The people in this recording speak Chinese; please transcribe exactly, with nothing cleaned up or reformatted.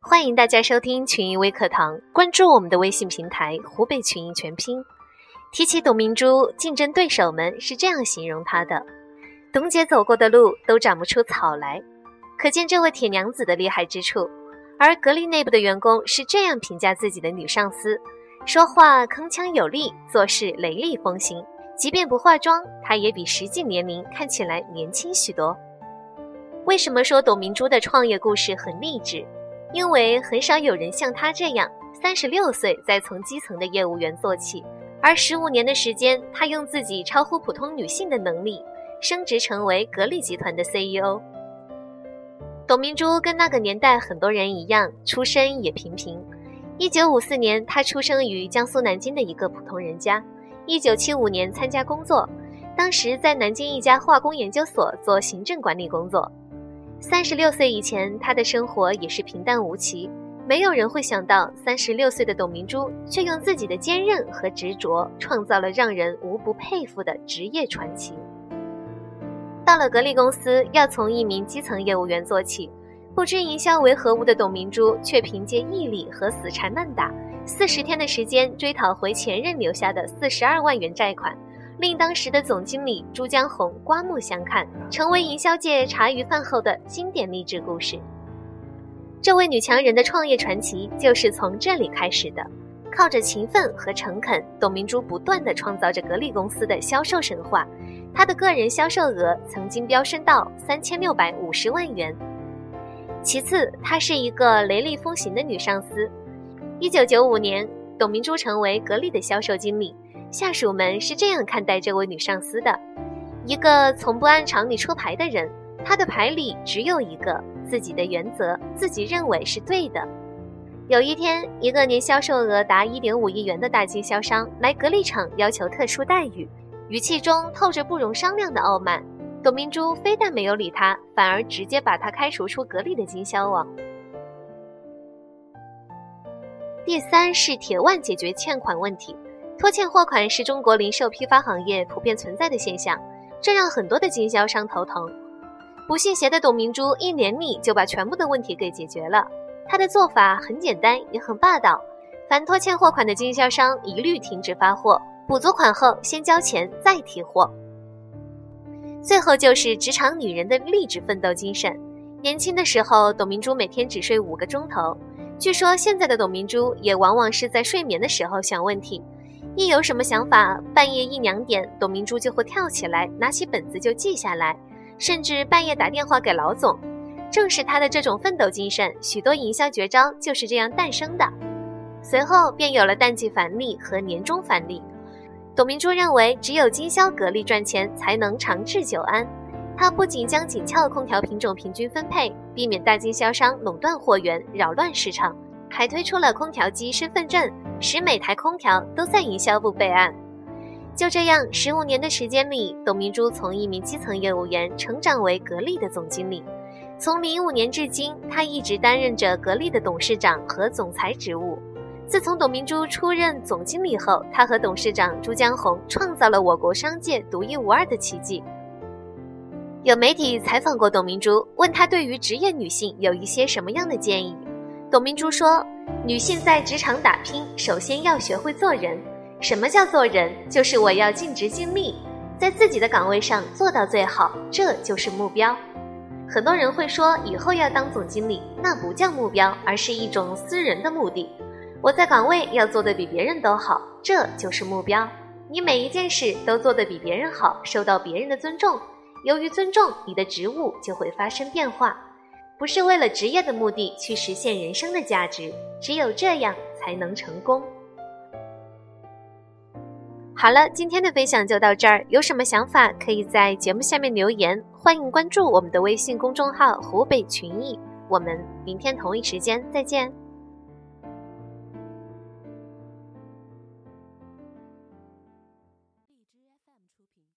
欢迎大家收听群益微课堂，关注我们的微信平台湖北群益全拼。提起董明珠，竞争对手们是这样形容她的：董姐走过的路都长不出草来，可见这位铁娘子的厉害之处。而格力内部的员工是这样评价自己的女上司：说话铿锵有力，做事雷厉风行，即便不化妆，她也比实际年龄看起来年轻许多。为什么说董明珠的创业故事很励志？因为很少有人像她这样三十六岁再从基层的业务员做起，而十五年的时间，她用自己超乎普通女性的能力升职成为格力集团的 C E O。 董明珠跟那个年代很多人一样，出身也平平。一九五四年，她出生于江苏南京的一个普通人家。一九七五年参加工作，当时在南京一家化工研究所做行政管理工作。三十六岁以前，她的生活也是平淡无奇，没有人会想到三十六岁的董明珠却用自己的坚韧和执着创造了让人无不佩服的职业传奇。到了格力公司，要从一名基层业务员做起，不知营销为何物的董明珠却凭借毅力和死缠烂打，四十天的时间追讨回前任留下的四十二万元债款，令当时的总经理朱江红刮目相看，成为营销界茶余饭后的经典励志故事。这位女强人的创业传奇就是从这里开始的。靠着勤奋和诚恳，董明珠不断地创造着格力公司的销售神话。她的个人销售额曾经飙升到三千六百五十万元。其次，她是一个雷厉风行的女上司。一九九五年，董明珠成为格力的销售经理。下属们是这样看待这位女上司的：一个从不按常理出牌的人，她的牌里只有一个，自己的原则，自己认为是对的。有一天，一个年销售额达 一点五亿元的大经销商来格力厂要求特殊待遇，语气中透着不容商量的傲慢。董明珠非但没有理他，反而直接把他开除出格力的经销网。第三是铁腕解决欠款问题。拖欠货款是中国零售批发行业普遍存在的现象，这让很多的经销商头疼。不信邪的董明珠一连力就把全部的问题给解决了。她的做法很简单也很霸道，凡拖欠货款的经销商一律停止发货，补足款后先交钱再提货。最后就是职场女人的励志奋斗精神。年轻的时候，董明珠每天只睡五个钟头，据说现在的董明珠也往往是在睡眠的时候想问题。一有什么想法，半夜一两点，董明珠就会跳起来，拿起本子就记下来，甚至半夜打电话给老总。正是她的这种奋斗精神，许多营销绝招就是这样诞生的。随后便有了淡季返利和年终返利。董明珠认为，只有经销格力赚钱，才能长治久安。她不仅将紧俏空调品种平均分配，避免大经销商垄断货源，扰乱市场，还推出了空调机身份证，使每台空调都在营销部备案。就这样，十五年的时间里，董明珠从一名基层业务员成长为格力的总经理。从零五年至今，她一直担任着格力的董事长和总裁职务。自从董明珠出任总经理后，她和董事长朱江红创造了我国商界独一无二的奇迹。有媒体采访过董明珠，问她对于职业女性有一些什么样的建议。董明珠说，女性在职场打拼，首先要学会做人。什么叫做人？就是我要尽职尽力，在自己的岗位上做到最好，这就是目标。很多人会说，以后要当总经理，那不叫目标，而是一种私人的目的。我在岗位要做得比别人都好，这就是目标。你每一件事都做得比别人好，受到别人的尊重，由于尊重，你的职务就会发生变化。不是为了职业的目的去实现人生的价值，只有这样才能成功。好了，今天的分享就到这儿，有什么想法可以在节目下面留言，欢迎关注我们的微信公众号湖北群益，我们明天同一时间再见。